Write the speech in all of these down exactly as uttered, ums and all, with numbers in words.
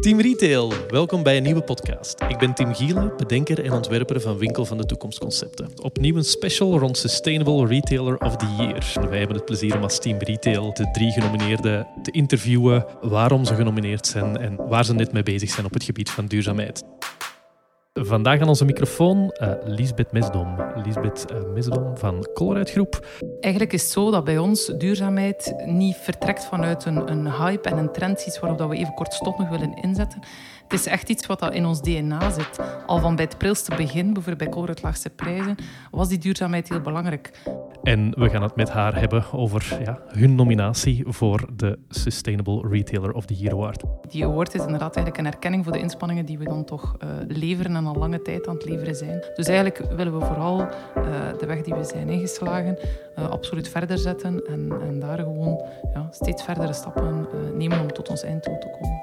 Team Retail, welkom bij een nieuwe podcast. Ik ben Tim Gielen, bedenker en ontwerper van Winkel van de Toekomstconcepten. Opnieuw een special rond Sustainable Retailer of the Year. Wij hebben het plezier om als Team Retail de drie genomineerden te interviewen, waarom ze genomineerd zijn en waar ze net mee bezig zijn op het gebied van duurzaamheid. Vandaag aan onze microfoon uh, Liesbeth Mesdom. Liesbeth uh, Mesdom van Colruyt Groep. Eigenlijk is het zo dat bij ons duurzaamheid niet vertrekt vanuit een, een hype en een trend, iets waarop we even kortstondig willen inzetten. Het is echt iets wat in ons D N A zit. Al van bij het prilste begin, bijvoorbeeld bij Colruyt Laagste Prijzen, was die duurzaamheid heel belangrijk. En we gaan het met haar hebben over ja, hun nominatie voor de Sustainable Retailer of the Year Award. Die award is inderdaad eigenlijk een erkenning voor de inspanningen die we dan toch uh, leveren en al lange tijd aan het leveren zijn. Dus eigenlijk willen we vooral uh, de weg die we zijn ingeslagen uh, absoluut verder zetten en, en daar gewoon ja, steeds verdere stappen uh, nemen om tot ons einddoel te komen.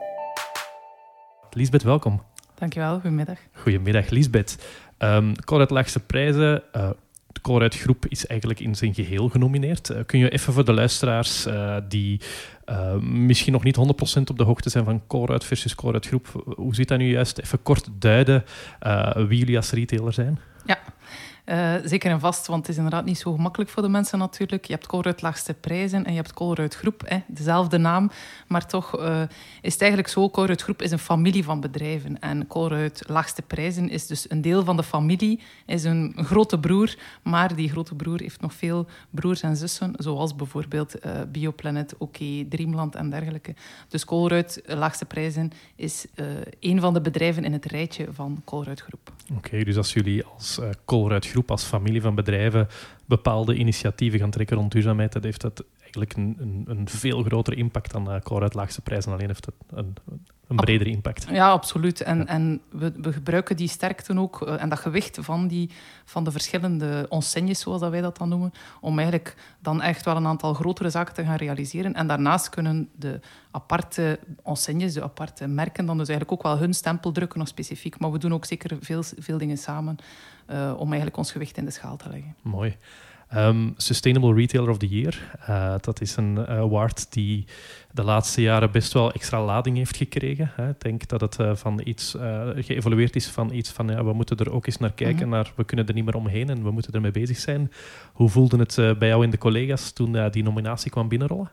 Liesbeth, welkom. Dankjewel, goedemiddag. Goedemiddag, Liesbeth. Um, Colruyt Laagste Prijzen. Uh, De Colruyt Groep is eigenlijk in zijn geheel genomineerd. Uh, kun je even voor de luisteraars uh, die uh, misschien nog niet honderd procent op de hoogte zijn van Colruyt versus Colruyt Groep, hoe zit dat nu juist? Even kort duiden uh, wie jullie als retailer zijn. Ja. Uh, zeker en vast, want het is inderdaad niet zo gemakkelijk voor de mensen natuurlijk. Je hebt Colruyt Laagste Prijzen en je hebt Colruyt Groep, hè, dezelfde naam. Maar toch uh, is het eigenlijk zo, Colruyt Groep is een familie van bedrijven. En Colruyt Laagste Prijzen is dus een deel van de familie, is een, een grote broer. Maar die grote broer heeft nog veel broers en zussen, zoals bijvoorbeeld uh, Bioplanet, Oké, okay, Dreamland en dergelijke. Dus Colruyt Laagste Prijzen is uh, een van de bedrijven in het rijtje van Colruyt Groep. Oké, okay, dus als jullie als uh, Colruyt Groep als familie van bedrijven bepaalde initiatieven gaan trekken rond duurzaamheid, dat heeft dat eigenlijk een, een, een veel grotere impact dan uh, Colruyt Laagste Prijzen. Alleen heeft het een, een bredere impact. Ja, absoluut. En, ja. en we, we gebruiken die sterkte ook uh, en dat gewicht van, die, van de verschillende enseignes, zoals dat wij dat dan noemen, om eigenlijk dan echt wel een aantal grotere zaken te gaan realiseren. En daarnaast kunnen de aparte enseignes, de aparte merken, dan dus eigenlijk ook wel hun stempel drukken, nog specifiek. Maar we doen ook zeker veel, veel dingen samen uh, om eigenlijk ons gewicht in de schaal te leggen. Mooi. Um, Sustainable Retailer of the Year. Uh, dat is een award die de laatste jaren best wel extra lading heeft gekregen. Hè. Ik denk dat het uh, van iets uh, geëvolueerd is van iets van ja, we moeten er ook eens naar kijken, mm-hmm. naar we kunnen er niet meer omheen en we moeten ermee bezig zijn. Hoe voelde het uh, bij jou en de collega's toen uh, die nominatie kwam binnenrollen?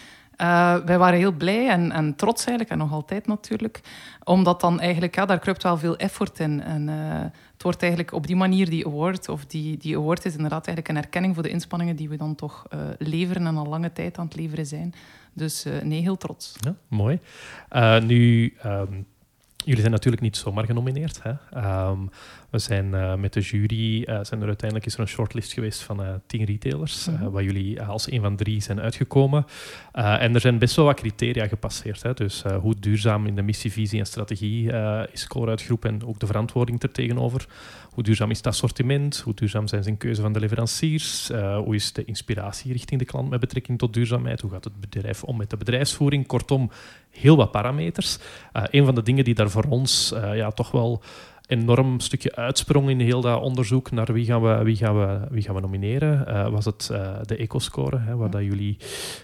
Uh, wij waren heel blij en, en trots eigenlijk, en nog altijd natuurlijk. Omdat dan eigenlijk, ja, daar kruipt wel veel effort in. En uh, het wordt eigenlijk op die manier die award, of die, die award is inderdaad eigenlijk een erkenning voor de inspanningen die we dan toch uh, leveren en al lange tijd aan het leveren zijn. Dus uh, nee, heel trots. Ja, mooi. Uh, nu... Um Jullie zijn natuurlijk niet zomaar genomineerd. Hè? Um, we zijn uh, met de jury, uh, zijn er uiteindelijk is er een shortlist geweest van uh, tien retailers, mm-hmm. uh, waar jullie uh, als een van drie zijn uitgekomen. Uh, en er zijn best wel wat criteria gepasseerd. Hè? Dus uh, hoe duurzaam in de missie, visie en strategie uh, is Colruyt Groep en ook de verantwoording er tegenover. Hoe duurzaam is het assortiment? Hoe duurzaam zijn ze in keuze van de leveranciers? Uh, hoe is de inspiratie richting de klant met betrekking tot duurzaamheid? Hoe gaat het bedrijf om met de bedrijfsvoering? Kortom, heel wat parameters. Uh, een van de dingen die daar voor ons uh, ja, toch wel enorm stukje uitsprong in heel dat onderzoek naar wie gaan we, wie gaan we, wie gaan we nomineren, uh, was het uh, de Ecoscore, hè, waar dat jullie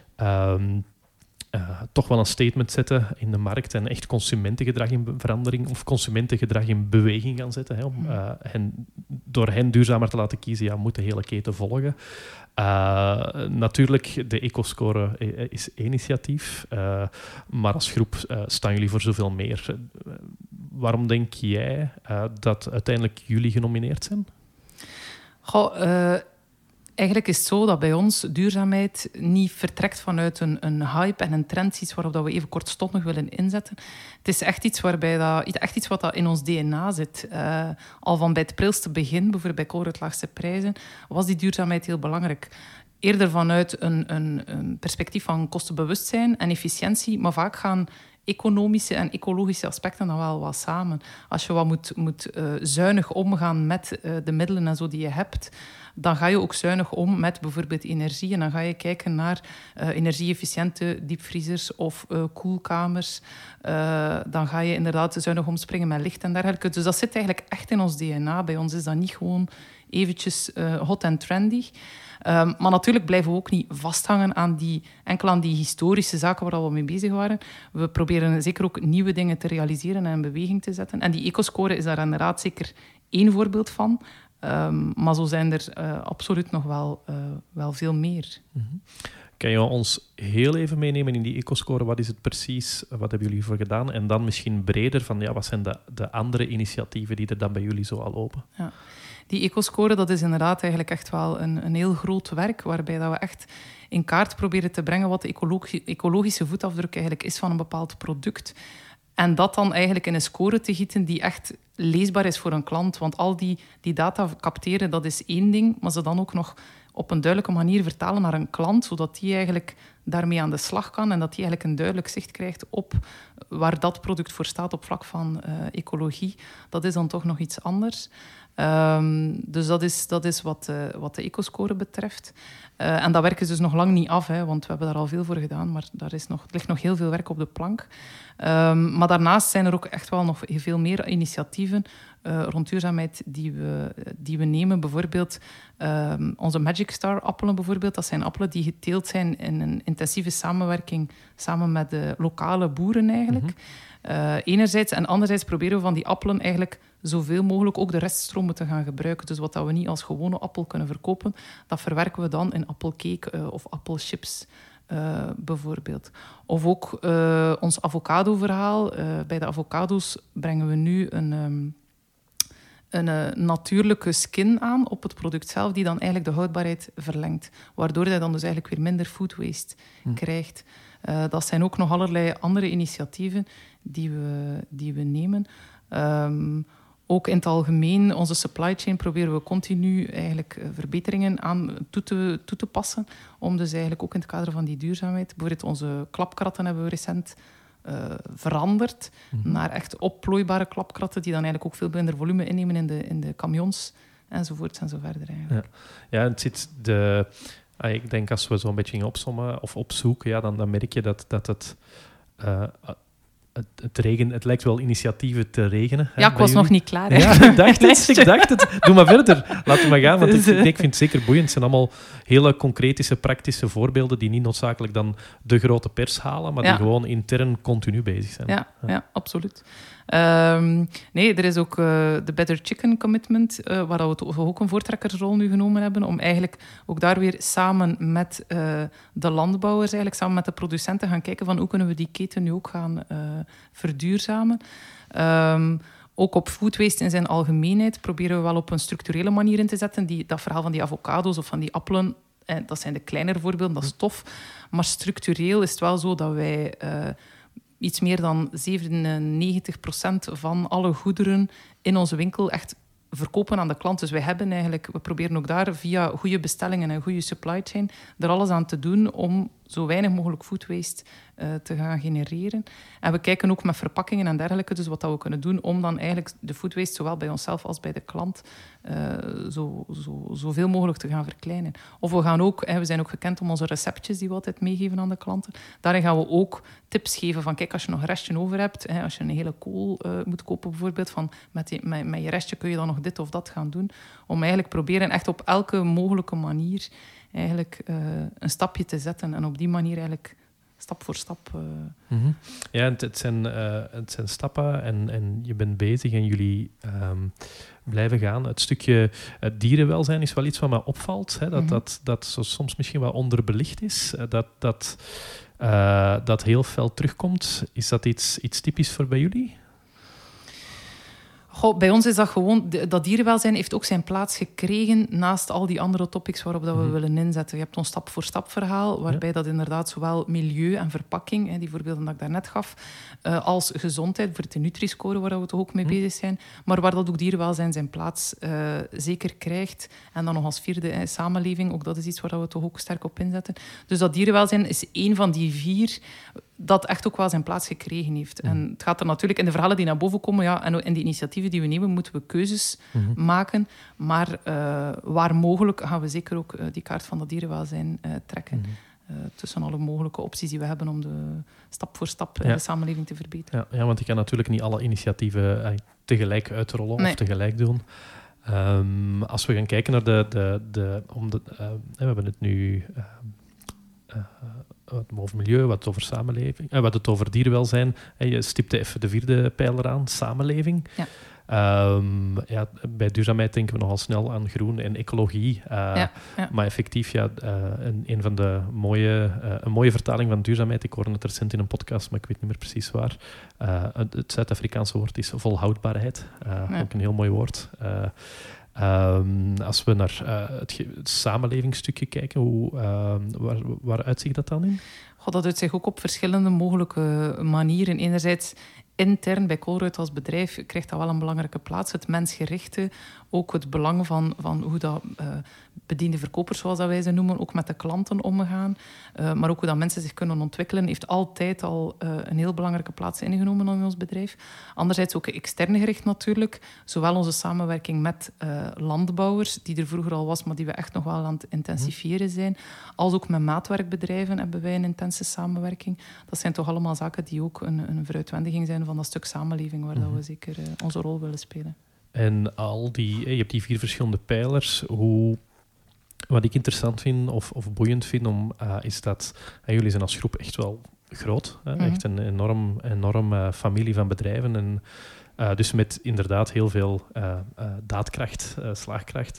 um, uh, toch wel een statement zetten in de markt en echt consumentengedrag in verandering of consumentengedrag in beweging gaan zetten. Hè, om uh, hen, door hen duurzamer te laten kiezen, ja, moet de hele keten volgen. Uh, natuurlijk, de Ecoscore is initiatief, uh, maar als groep uh, staan jullie voor zoveel meer. Uh, waarom denk jij uh, dat uiteindelijk jullie genomineerd zijn? Goh, uh, eigenlijk is het zo dat bij ons duurzaamheid niet vertrekt vanuit een, een hype en een trend, iets waarop we even kortstondig willen inzetten. Het is echt iets, waarbij dat, echt iets wat dat in ons D N A zit. Uh, al van bij het prilste begin, bijvoorbeeld bij Colruyt Laagste Prijzen, was die duurzaamheid heel belangrijk. Eerder vanuit een, een, een perspectief van kostenbewustzijn en efficiëntie, maar vaak gaan economische en ecologische aspecten dan wel wat samen. Als je wat moet, moet uh, zuinig omgaan met uh, de middelen en zo die je hebt, dan ga je ook zuinig om met bijvoorbeeld energie. En dan ga je kijken naar uh, energie-efficiënte diepvriezers of uh, koelkamers. Uh, dan ga je inderdaad zuinig omspringen met licht en dergelijke. Dus dat zit eigenlijk echt in ons D N A. Bij ons is dat niet gewoon eventjes uh, hot en trendy. Um, maar natuurlijk blijven we ook niet vasthangen aan die, enkel aan die historische zaken waar we mee bezig waren. We proberen zeker ook nieuwe dingen te realiseren en in beweging te zetten. En die ecoscore is daar inderdaad zeker één voorbeeld van. Um, maar zo zijn er uh, absoluut nog wel, uh, wel veel meer. Mm-hmm. Kan je ons heel even meenemen in die ecoscore? Wat is het precies? Wat hebben jullie voor gedaan? En dan misschien breder van, ja, wat zijn de, de andere initiatieven die er dan bij jullie zo al lopen? Ja. Die ecoscore, dat is inderdaad eigenlijk echt wel een, een heel groot werk, waarbij dat we echt in kaart proberen te brengen wat de ecologi- ecologische voetafdruk eigenlijk is van een bepaald product. En dat dan eigenlijk in een score te gieten die echt leesbaar is voor een klant. Want al die, die data capteren, dat is één ding, maar ze dan ook nog op een duidelijke manier vertalen naar een klant, zodat die eigenlijk daarmee aan de slag kan en dat die eigenlijk een duidelijk zicht krijgt op waar dat product voor staat op vlak van uh, ecologie. Dat is dan toch nog iets anders. Um, dus dat is, dat is wat, uh, wat de ecoscore betreft. Uh, en dat werk is dus nog lang niet af, hè, want we hebben daar al veel voor gedaan, maar daar is nog, er ligt nog heel veel werk op de plank. Um, maar daarnaast zijn er ook echt wel nog veel meer initiatieven uh, rond duurzaamheid die we, die we nemen. Bijvoorbeeld um, onze Magic Star appelen bijvoorbeeld. Dat zijn appelen die geteeld zijn in een intensieve samenwerking samen met de lokale boeren eigenlijk. Mm-hmm. Uh, enerzijds en anderzijds proberen we van die appelen eigenlijk zoveel mogelijk ook de reststromen te gaan gebruiken. Dus wat dat we niet als gewone appel kunnen verkopen, dat verwerken we dan in appelcake uh, of appelchips. Uh, bijvoorbeeld. Of ook uh, ons avocado-verhaal. Uh, bij de avocado's brengen we nu een, um, een uh, natuurlijke skin aan op het product zelf, die dan eigenlijk de houdbaarheid verlengt. Waardoor je dan dus eigenlijk weer minder food waste hm. krijgt. Uh, dat zijn ook nog allerlei andere initiatieven die we, die we nemen. Um, Ook in het algemeen, onze supply chain proberen we continu eigenlijk verbeteringen aan toe te, toe te passen. Om dus eigenlijk ook in het kader van die duurzaamheid... Bijvoorbeeld onze klapkratten hebben we recent uh, veranderd mm-hmm. naar echt opplooibare klapkratten die dan eigenlijk ook veel minder volume innemen in de, in de camions enzovoorts en zo verder eigenlijk. Ja, ja het zit de... Ah, ik denk als we zo een beetje gingen opsommen of opzoeken, ja, dan, dan merk je dat, dat het... Uh, Het, het, regen, het lijkt wel initiatieven te regenen. Ja, hè, ik was jullie. nog niet klaar. Hè? Ja, ik dacht het. Ik dacht het. Doe maar verder. Laten we maar gaan, want ik, ik vind het zeker boeiend. Het zijn allemaal hele concrete, praktische voorbeelden die niet noodzakelijk dan de grote pers halen, maar ja. die gewoon intern continu bezig zijn. Ja, ja. ja absoluut. Um, nee, er is ook uh, de Better Chicken Commitment, uh, waar we toch ook een voortrekkersrol nu genomen hebben, om eigenlijk ook daar weer samen met uh, de landbouwers, eigenlijk samen met de producenten gaan kijken van hoe kunnen we die keten nu ook gaan uh, verduurzamen. Um, Ook op food waste in zijn algemeenheid proberen we wel op een structurele manier in te zetten. Die, dat verhaal van die avocado's of van die appelen, eh, dat zijn de kleinere voorbeelden, dat is tof. Maar structureel is het wel zo dat wij uh, iets meer dan zevenennegentig procent van alle goederen in onze winkel echt verkopen aan de klant. Dus wij hebben eigenlijk, we proberen ook daar via goede bestellingen en goede supply chain er alles aan te doen om zo weinig mogelijk food waste uh, te gaan genereren. En we kijken ook met verpakkingen en dergelijke, dus wat dat we kunnen doen om dan eigenlijk de food waste zowel bij onszelf als bij de klant uh, zo, zo, zoveel mogelijk te gaan verkleinen. Of we gaan ook, hè, we zijn ook gekend om onze receptjes die we altijd meegeven aan de klanten. Daarin gaan we ook tips geven van, kijk, als je nog een restje over hebt, hè, als je een hele kool uh, moet kopen bijvoorbeeld, van met, die, met, met je restje kun je dan nog dit of dat gaan doen. Om eigenlijk proberen echt op elke mogelijke manier eigenlijk uh, een stapje te zetten en op die manier eigenlijk stap voor stap... Uh... Mm-hmm. Ja, het, het, zijn, uh, het zijn stappen en, en je bent bezig en jullie um, blijven gaan. Het stukje het dierenwelzijn is wel iets wat mij opvalt, hè, dat, mm-hmm. dat, dat zo soms misschien wel onderbelicht is, dat dat, uh, dat heel fel terugkomt. Is dat iets, iets typisch voor bij jullie? Goh, bij ons is dat gewoon... Dat dierenwelzijn heeft ook zijn plaats gekregen naast al die andere topics waarop dat we mm-hmm. willen inzetten. Je hebt ons stap-voor-stap verhaal, waarbij ja. dat inderdaad zowel milieu en verpakking, hè, die voorbeelden dat ik daarnet gaf, uh, als gezondheid, voor de Nutri-score, waar we toch ook mee mm-hmm. bezig zijn, maar waar dat ook dierenwelzijn zijn plaats uh, zeker krijgt. En dan nog als vierde, hè, samenleving, ook dat is iets waar we toch ook sterk op inzetten. Dus dat dierenwelzijn is één van die vier... dat echt ook wel zijn plaats gekregen heeft. Mm. En het gaat er natuurlijk in de verhalen die naar boven komen, ja, en in de initiatieven die we nemen, moeten we keuzes mm-hmm. maken. Maar uh, waar mogelijk gaan we zeker ook uh, die kaart van dat dierenwelzijn uh, trekken. Mm-hmm. Uh, tussen alle mogelijke opties die we hebben om de stap voor stap ja. de samenleving te verbeteren. Ja, ja, want je kan natuurlijk niet alle initiatieven uh, tegelijk uitrollen nee. of tegelijk doen. Um, als we gaan kijken naar de... de, de, om de uh, we hebben het nu... Uh, uh, wat over milieu, wat over samenleving, uh, wat het over dierenwelzijn. Uh, je stipte even de vierde pijler aan, samenleving. Ja. Um, ja, bij duurzaamheid denken we nogal snel aan groen en ecologie. Uh, ja, ja. Maar effectief, ja, uh, een, een van de mooie, uh, een mooie vertaling van duurzaamheid, ik hoorde het recent in een podcast, maar ik weet niet meer precies waar. Uh, het, het Zuid-Afrikaanse woord is volhoudbaarheid. Uh, ja. Ook een heel mooi woord. Uh, Um, als we naar uh, het, ge- het samenlevingsstukje kijken, hoe, uh, waar, waar uitzicht dat dan in? God, dat uitzicht ook op verschillende mogelijke manieren. Enerzijds intern bij Colruyt als bedrijf krijgt dat wel een belangrijke plaats. Het mensgerichte, ook het belang van, van hoe dat uh, bediende verkopers, zoals dat wij ze noemen, ook met de klanten omgaan. Uh, maar ook hoe dat mensen zich kunnen ontwikkelen, heeft altijd al uh, een heel belangrijke plaats ingenomen in ons bedrijf. Anderzijds ook extern gericht natuurlijk. Zowel onze samenwerking met uh, landbouwers, die er vroeger al was, maar die we echt nog wel aan het intensifieren zijn. Als ook met maatwerkbedrijven hebben wij een intense samenwerking. Dat zijn toch allemaal zaken die ook een, een vooruitwendiging zijn van dat stuk samenleving waar mm-hmm. dat we zeker uh, onze rol willen spelen. En al die, je hebt die vier verschillende pijlers. Hoe, wat ik interessant vind of, of boeiend vind, om, uh, is dat uh, jullie zijn als groep echt wel groot. Hè? Mm-hmm. Echt een enorm, enorm uh, familie van bedrijven. En, uh, dus met inderdaad heel veel uh, uh, daadkracht, uh, slaagkracht.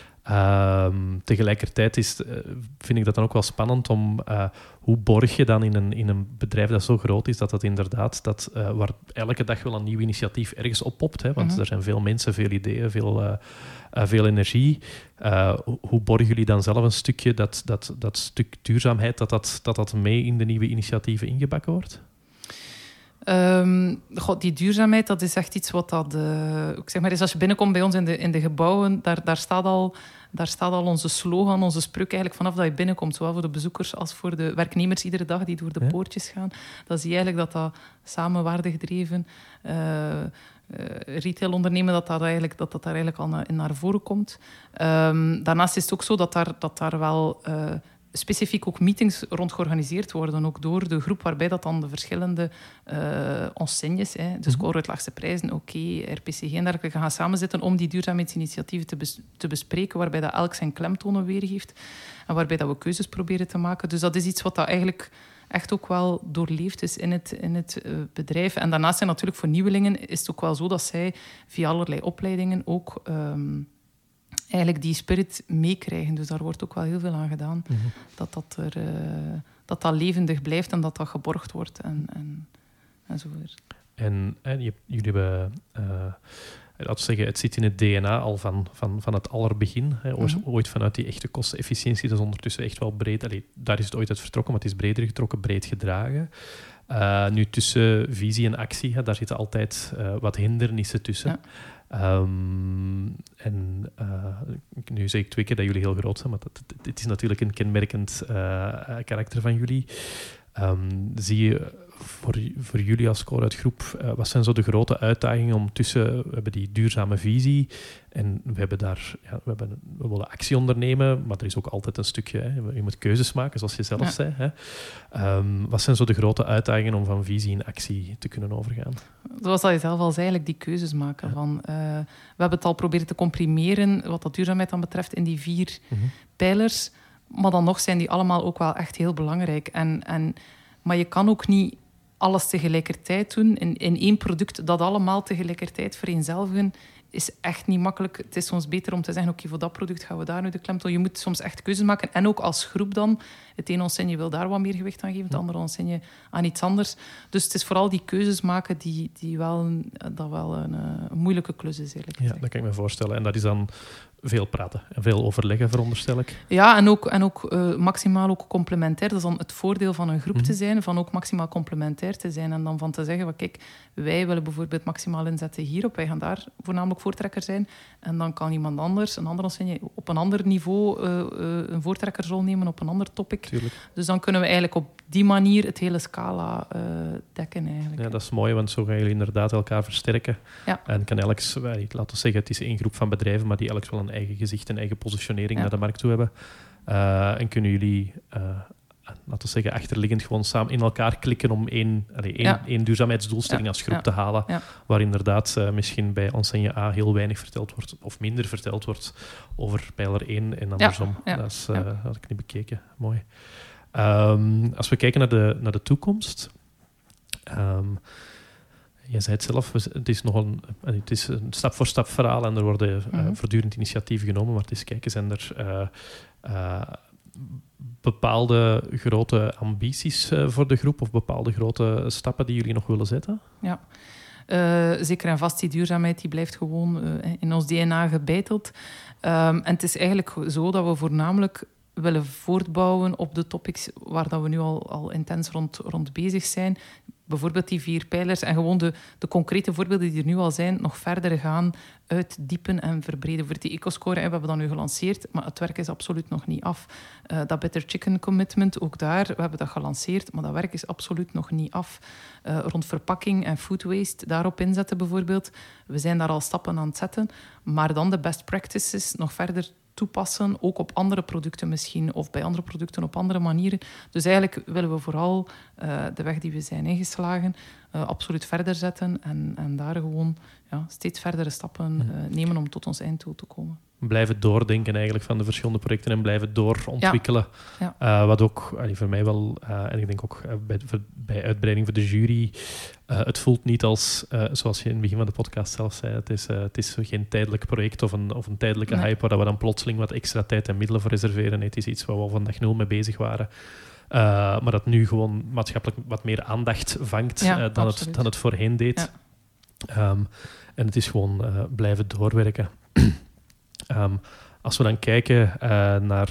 Uh, tegelijkertijd is, uh, vind ik dat dan ook wel spannend om uh, hoe borg je dan in een, in een bedrijf dat zo groot is, dat dat inderdaad, dat, uh, waar elke dag wel een nieuw initiatief ergens oppopt, hè, want mm-hmm. er zijn veel mensen, veel ideeën, veel, uh, uh, veel energie. Uh, hoe borgen jullie dan zelf een stukje, dat, dat, dat stuk duurzaamheid, dat dat, dat dat mee in de nieuwe initiatieven ingebakken wordt? Um, God, die duurzaamheid, dat is echt iets wat dat... Uh, ik zeg maar eens, als je binnenkomt bij ons in de, in de gebouwen, daar, daar, staat al, daar staat al onze slogan, onze spreuk eigenlijk vanaf dat je binnenkomt. Zowel voor de bezoekers als voor de werknemers iedere dag die door de ja. poortjes gaan. Dan zie je eigenlijk dat dat samenwaardig gedreven uh, uh, retailondernemen, dat dat, eigenlijk, dat dat daar eigenlijk al naar, naar voren komt. Um, daarnaast is het ook zo dat daar, dat daar wel... Uh, specifiek ook meetings rond georganiseerd worden, ook door de groep, waarbij dat dan de verschillende uh, enseignes, hè, dus Colruyt Laagste Prijzen, oké, okay, R P C G en dergelijke, gaan samenzitten om die duurzaamheidsinitiatieven te, bes- te bespreken, waarbij dat elk zijn klemtonen weergeeft en waarbij dat we keuzes proberen te maken. Dus dat is iets wat dat eigenlijk echt ook wel doorleefd is in het, in het uh, bedrijf. En daarnaast zijn natuurlijk voor nieuwelingen is het ook wel zo dat zij via allerlei opleidingen ook... Um, eigenlijk die spirit meekrijgen. Dus daar wordt ook wel heel veel aan gedaan. Mm-hmm. Dat, dat, er, uh, dat dat levendig blijft en dat dat geborgd wordt. En, en, en zo weer. En, en je, jullie hebben... Uh, laten we zeggen, het zit in het D N A al van, van, van het allerbegin. Hè, mm-hmm. Ooit vanuit die echte kostenefficiëntie. Dat is ondertussen echt wel breed. Allee, daar is het ooit uit vertrokken, maar het is breder getrokken, breed gedragen. Uh, nu, tussen visie en actie, hè, daar zitten altijd uh, wat hindernissen tussen. Ja. Um, en uh, nu zeg ik twee keer dat jullie heel groot zijn, maar het is natuurlijk een kenmerkend uh, karakter van jullie. Um, zie je voor, voor jullie als Colruyt Groep, uh, wat zijn zo de grote uitdagingen om tussen... We hebben die duurzame visie en we hebben daar... Ja, we, hebben, we willen actie ondernemen, maar er is ook altijd een stukje... Hè, je moet keuzes maken, zoals je zelf ja. zei. Hè. Um, wat zijn zo de grote uitdagingen om van visie in actie te kunnen overgaan? Zoals je zelf al zei, eigenlijk die keuzes maken. Ja. Van, uh, we hebben het al proberen te comprimeren, wat dat duurzaamheid dan betreft, in die vier mm-hmm. pijlers. Maar dan nog zijn die allemaal ook wel echt heel belangrijk. En, en, maar je kan ook niet alles tegelijkertijd doen. In, in één product dat allemaal tegelijkertijd vereenzelvigen is echt niet makkelijk. Het is soms beter om te zeggen, oké, okay, voor dat product gaan we daar nu de klemtoon. Je moet soms echt keuzes maken. En ook als groep dan. Het ene enseigne wil daar wat meer gewicht aan geven, het andere enseigne aan iets anders. Dus het is vooral die keuzes maken die, die wel, dat wel een, een moeilijke klus is, eigenlijk. Ja, dat kan ik me voorstellen. En dat is dan veel praten en veel overleggen, veronderstel ik. Ja, en ook, en ook uh, maximaal ook complementair. Dat is dan het voordeel van een groep mm-hmm. te zijn, van ook maximaal complementair te zijn. En dan van te zeggen, well, kijk, wij willen bijvoorbeeld maximaal inzetten hierop. Wij gaan daar voornamelijk ook voortrekker zijn. En dan kan iemand anders, een andere enseigne, op een ander niveau uh, uh, een voortrekkersrol nemen op een ander topic. Tuurlijk. Dus dan kunnen we eigenlijk op die manier het hele scala uh, dekken. Eigenlijk. Ja, dat is mooi, want zo gaan jullie inderdaad elkaar versterken. Ja. En kan elk, laten we zeggen, het is één groep van bedrijven, maar die elk wel een eigen gezicht en eigen positionering ja. naar de markt toe hebben. Uh, en kunnen jullie... Uh, laten we zeggen, achterliggend gewoon samen in elkaar klikken om één, allee, één, ja. één duurzaamheidsdoelstelling ja. als groep ja. te halen, ja. waar inderdaad uh, misschien bij enseigne A heel weinig verteld wordt, of minder verteld wordt over pijler één en andersom. Ja. Ja. Dat is, uh, ja. had ik niet bekeken. Mooi. Um, als we kijken naar de, naar de toekomst... Um, je zei het zelf, het is nog een, het is een stap-voor-stap verhaal en er worden uh, mm-hmm. voortdurend initiatieven genomen, maar het is kijken, zijn er... Uh, uh, bepaalde grote ambities uh, voor de groep of bepaalde grote stappen die jullie nog willen zetten? Ja, uh, zeker en vast die duurzaamheid die blijft gewoon uh, in ons D N A gebeiteld. Um, en het is eigenlijk zo dat we voornamelijk willen voortbouwen op de topics waar dat we nu al, al intens rond, rond bezig zijn. Bijvoorbeeld die vier pijlers en gewoon de, de concrete voorbeelden die er nu al zijn, nog verder gaan, uitdiepen en verbreden. Voor die ecoscore, we hebben dat nu gelanceerd, maar het werk is absoluut nog niet af. Uh, dat Better Chicken Commitment, ook daar, we hebben dat gelanceerd, maar dat werk is absoluut nog niet af. Uh, rond verpakking en food waste, daarop inzetten bijvoorbeeld. We zijn daar al stappen aan het zetten, maar dan de best practices nog verder toepassen, ook op andere producten misschien, of bij andere producten op andere manieren. Dus eigenlijk willen we vooral uh, de weg die we zijn ingeslagen uh, absoluut verder zetten en, en daar gewoon ja, steeds verdere stappen uh, nemen om tot ons einddoel te komen. Blijven doordenken eigenlijk van de verschillende projecten en blijven doorontwikkelen. Ja. Ja. Uh, wat ook allee, voor mij wel, uh, en ik denk ook uh, bij, voor, bij uitbreiding voor de jury, uh, het voelt niet als, uh, zoals je in het begin van de podcast zelf zei, het is, uh, het is geen tijdelijk project of een, of een tijdelijke nee. hype waar we dan plotseling wat extra tijd en middelen voor reserveren. Nee, het is iets waar we al van dag nul mee bezig waren. Uh, maar dat nu gewoon maatschappelijk wat meer aandacht vangt ja, uh, dan, het, dan het voorheen deed. Ja. Um, en het is gewoon uh, blijven doorwerken. Um, als we dan kijken uh, naar,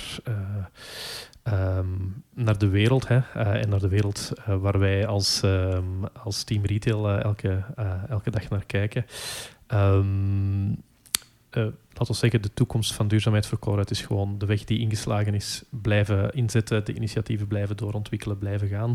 uh, um, naar de wereld, hè, uh, en naar de wereld uh, waar wij als, um, als team retail uh, elke, uh, elke dag naar kijken. Um, uh, laten we zeggen, de toekomst van duurzaamheid voor Colruyt is gewoon de weg die ingeslagen is. Blijven inzetten, de initiatieven blijven doorontwikkelen, blijven gaan.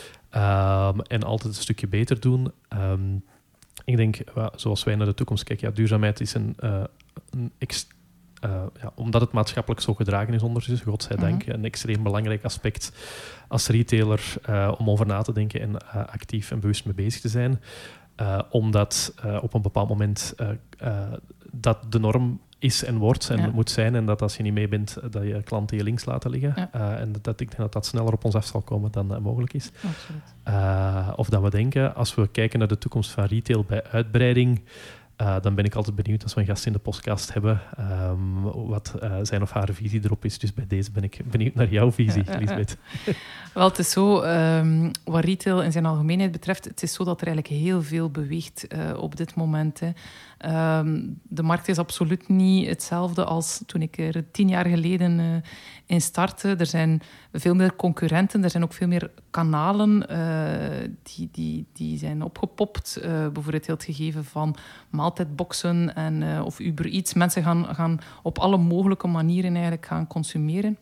Um, en altijd een stukje beter doen. Um, ik denk, uh, zoals wij naar de toekomst kijken, ja, duurzaamheid is een, uh, een extreem Uh, ja, omdat het maatschappelijk zo gedragen is ondertussen, godzijdank, mm-hmm. een extreem belangrijk aspect als retailer uh, om over na te denken en uh, actief en bewust mee bezig te zijn. Uh, omdat uh, op een bepaald moment uh, uh, dat de norm is en wordt en ja. moet zijn en dat als je niet mee bent, dat je klanten je links laten liggen. Ja. Uh, en dat, ik denk dat dat sneller op ons af zal komen dan uh, mogelijk is. Uh, of dat we denken, als we kijken naar de toekomst van retail bij uitbreiding, Uh, dan ben ik altijd benieuwd als we een gast in de podcast hebben um, wat uh, zijn of haar visie erop is. Dus bij deze ben ik benieuwd naar jouw visie, ja, Lisbeth. Ja. Wel, het is zo, um, wat retail in zijn algemeenheid betreft, het is zo dat er eigenlijk heel veel beweegt uh, op dit moment. Hè. Um, de markt is absoluut niet hetzelfde als toen ik er tien jaar geleden uh, in startte. Er zijn veel meer concurrenten, er zijn ook veel meer kanalen uh, die, die, die zijn opgepopt. Uh, bijvoorbeeld heel het gegeven van maaltijdboxen en, uh, of Uber Eats. Mensen gaan, gaan op alle mogelijke manieren eigenlijk gaan consumeren.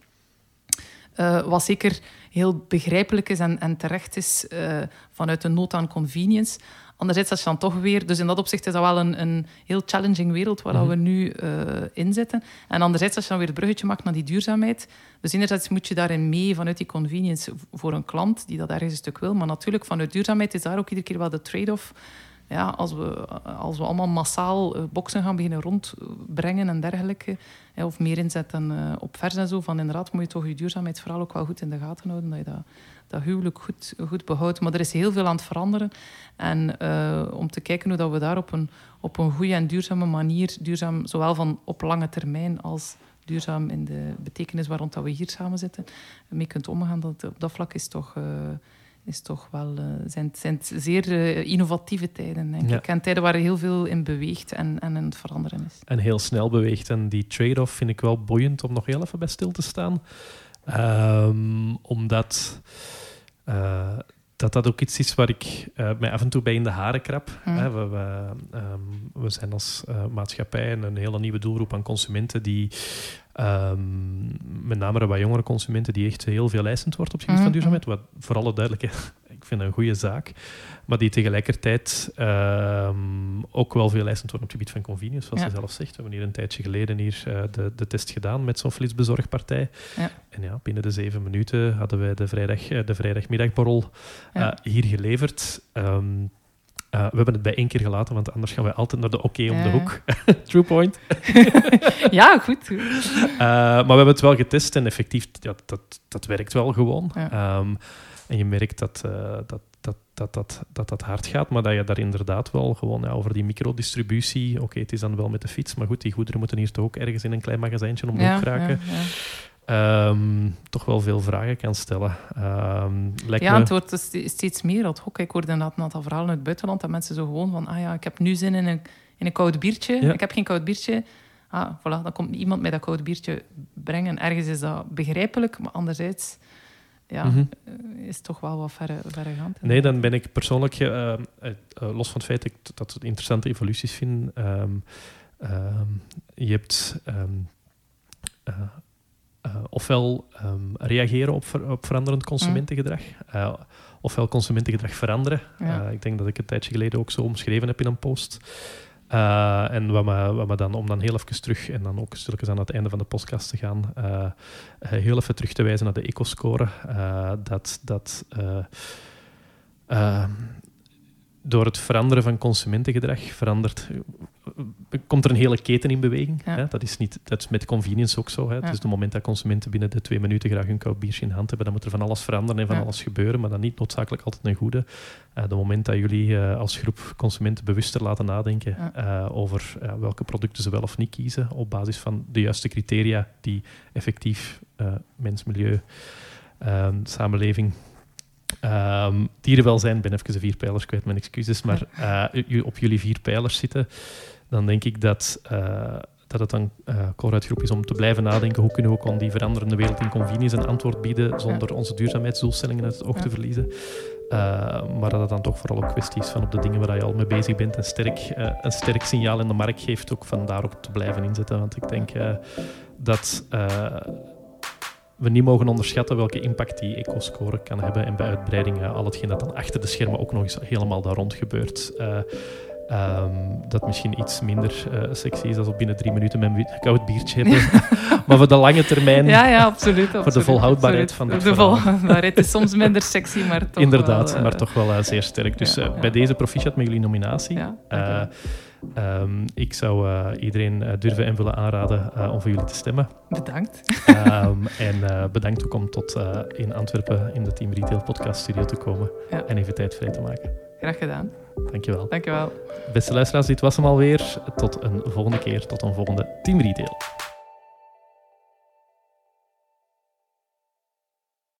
Uh, wat zeker heel begrijpelijk is en, en terecht is uh, vanuit de nood aan convenience. Anderzijds, als je dan toch weer... Dus in dat opzicht is dat wel een, een heel challenging wereld waar mm-hmm. we nu uh, in zitten. En anderzijds, als je dan weer het bruggetje maakt naar die duurzaamheid. Dus enerzijds moet je daarin mee vanuit die convenience voor een klant die dat ergens een stuk wil. Maar natuurlijk, vanuit duurzaamheid is daar ook iedere keer wel de trade-off. Ja, als we, als we allemaal massaal uh, boxen gaan beginnen rondbrengen en dergelijke, hè, of meer inzetten uh, op vers en zo, van inderdaad moet je toch je duurzaamheidsverhaal ook wel goed in de gaten houden, dat je dat, dat huwelijk goed, goed behoudt. Maar er is heel veel aan het veranderen. En uh, om te kijken hoe dat we daar op een, op een goede en duurzame manier, duurzaam zowel van op lange termijn als duurzaam in de betekenis waarom dat we hier samen zitten, mee kunt omgaan, dat, op dat vlak is toch... Uh, is toch wel, uh, zijn, zijn zeer uh, innovatieve tijden, denk ja. ik. En tijden waar heel veel in beweegt en, en in het veranderen is. En heel snel beweegt. En die trade-off vind ik wel boeiend om nog heel even bij stil te staan. Um, omdat uh, dat dat ook iets is waar ik uh, mij af en toe bij in de haren krap. Mm. Hè. We, we, um, we zijn als uh, maatschappij een hele nieuwe doelgroep aan consumenten die, um, met name bij jongere consumenten, die echt heel veel eisend wordt op het gebied van duurzaamheid. Wat voor alle duidelijkheid, ik vind een goede zaak. Maar die tegelijkertijd um, ook wel veel eisend wordt op het gebied van convenience, zoals ja. je zelf zegt. We hebben hier een tijdje geleden hier, uh, de, de test gedaan met zo'n flitsbezorgpartij. Ja. En ja, binnen de zeven minuten hadden wij de, vrijdag, de vrijdagmiddagborrel uh, ja. hier geleverd. Um, Uh, we hebben het bij één keer gelaten, want anders gaan wij altijd naar de oké om ja. de hoek. True point. Ja, goed. Uh, maar we hebben het wel getest en effectief, ja, dat, dat werkt wel gewoon. Ja. Um, en je merkt dat, uh, dat, dat, dat, dat, dat dat hard gaat, maar dat je daar inderdaad wel gewoon ja, over die microdistributie... Oké, okay, het is dan wel met de fiets, maar goed, die goederen moeten hier toch ook ergens in een klein magazijntje om de ja, hoek raken. Ja, ja. Um, toch wel veel vragen kan stellen. Um, lijkt ja, me... het wordt steeds meer ad hoc. Ik hoorde inderdaad een aantal verhalen uit het buitenland dat mensen zo gewoon van ah ja, ik heb nu zin in een, in een koud biertje. Ja. Ik heb geen koud biertje. Ah, voilà, dan komt iemand mij dat koud biertje brengen. Ergens is dat begrijpelijk, maar anderzijds ja, mm-hmm. is het toch wel wat verre, verregaand. Nee, dan ben ik persoonlijk, uh, uh, los van het feit dat ik dat het interessante evoluties vind, um, um, je hebt... Um, uh, Uh, ofwel um, reageren op, ver, op veranderend consumentengedrag, uh, ofwel consumentengedrag veranderen. Ja. Uh, ik denk dat ik een tijdje geleden ook zo omschreven heb in een post. Uh, en wat me, wat me dan, om dan heel even terug, en dan ook stilletjes aan het einde van de podcast te gaan, uh, uh, heel even terug te wijzen naar de ecoscore. Uh, dat... dat uh, uh, door het veranderen van consumentengedrag verandert, komt er een hele keten in beweging. Ja. Hè? Dat is niet, dat is met convenience ook zo. Hè? Ja. Dus op het moment dat consumenten binnen de twee minuten graag hun koud biertje in hand hebben, dan moet er van alles veranderen en van ja. alles gebeuren, maar dan niet noodzakelijk altijd een goede. Uh, het moment dat jullie uh, als groep consumenten bewuster laten nadenken ja. uh, over uh, welke producten ze wel of niet kiezen, op basis van de juiste criteria die effectief uh, mens, milieu, uh, samenleving... Um, dierenwelzijn, ben even de vier pijlers kwijt, mijn excuses, maar uh, op jullie vier pijlers zitten, dan denk ik dat, uh, dat het een uh, Colruyt-groep is om te blijven nadenken hoe kunnen we ook aan die veranderende wereld in convenience een antwoord bieden zonder ja. onze duurzaamheidsdoelstellingen uit het oog ja. te verliezen. Uh, maar dat het dan toch vooral ook kwestie is van op de dingen waar je al mee bezig bent een sterk, uh, een sterk signaal in de markt geeft, ook van daarop te blijven inzetten. Want ik denk uh, dat... Uh, we niet mogen onderschatten welke impact die ecoscore kan hebben en bij uitbreiding uh, al hetgeen dat dan achter de schermen ook nog eens helemaal daar rond gebeurt. Uh, um, dat misschien iets minder uh, sexy is als op binnen drie minuten met een koud biertje hebben. Maar voor de lange termijn, ja, ja, absoluut, voor absoluut, de volhoudbaarheid absoluut. van dit de volhoudbaarheid is soms minder sexy, maar toch Inderdaad, wel... Uh, maar toch wel uh, zeer sterk. Dus uh, ja, ja. bij deze proficiat met jullie nominatie. Ja, uh, Um, ik zou uh, iedereen uh, durven en willen aanraden uh, om voor jullie te stemmen. Bedankt. Um, en uh, bedankt ook om tot uh, in Antwerpen in de Team Retail podcast studio te komen ja. en even tijd vrij te maken. Graag gedaan. Dankjewel. Dankjewel. Beste luisteraars, dit was hem alweer. Tot een volgende keer, tot een volgende Team Retail.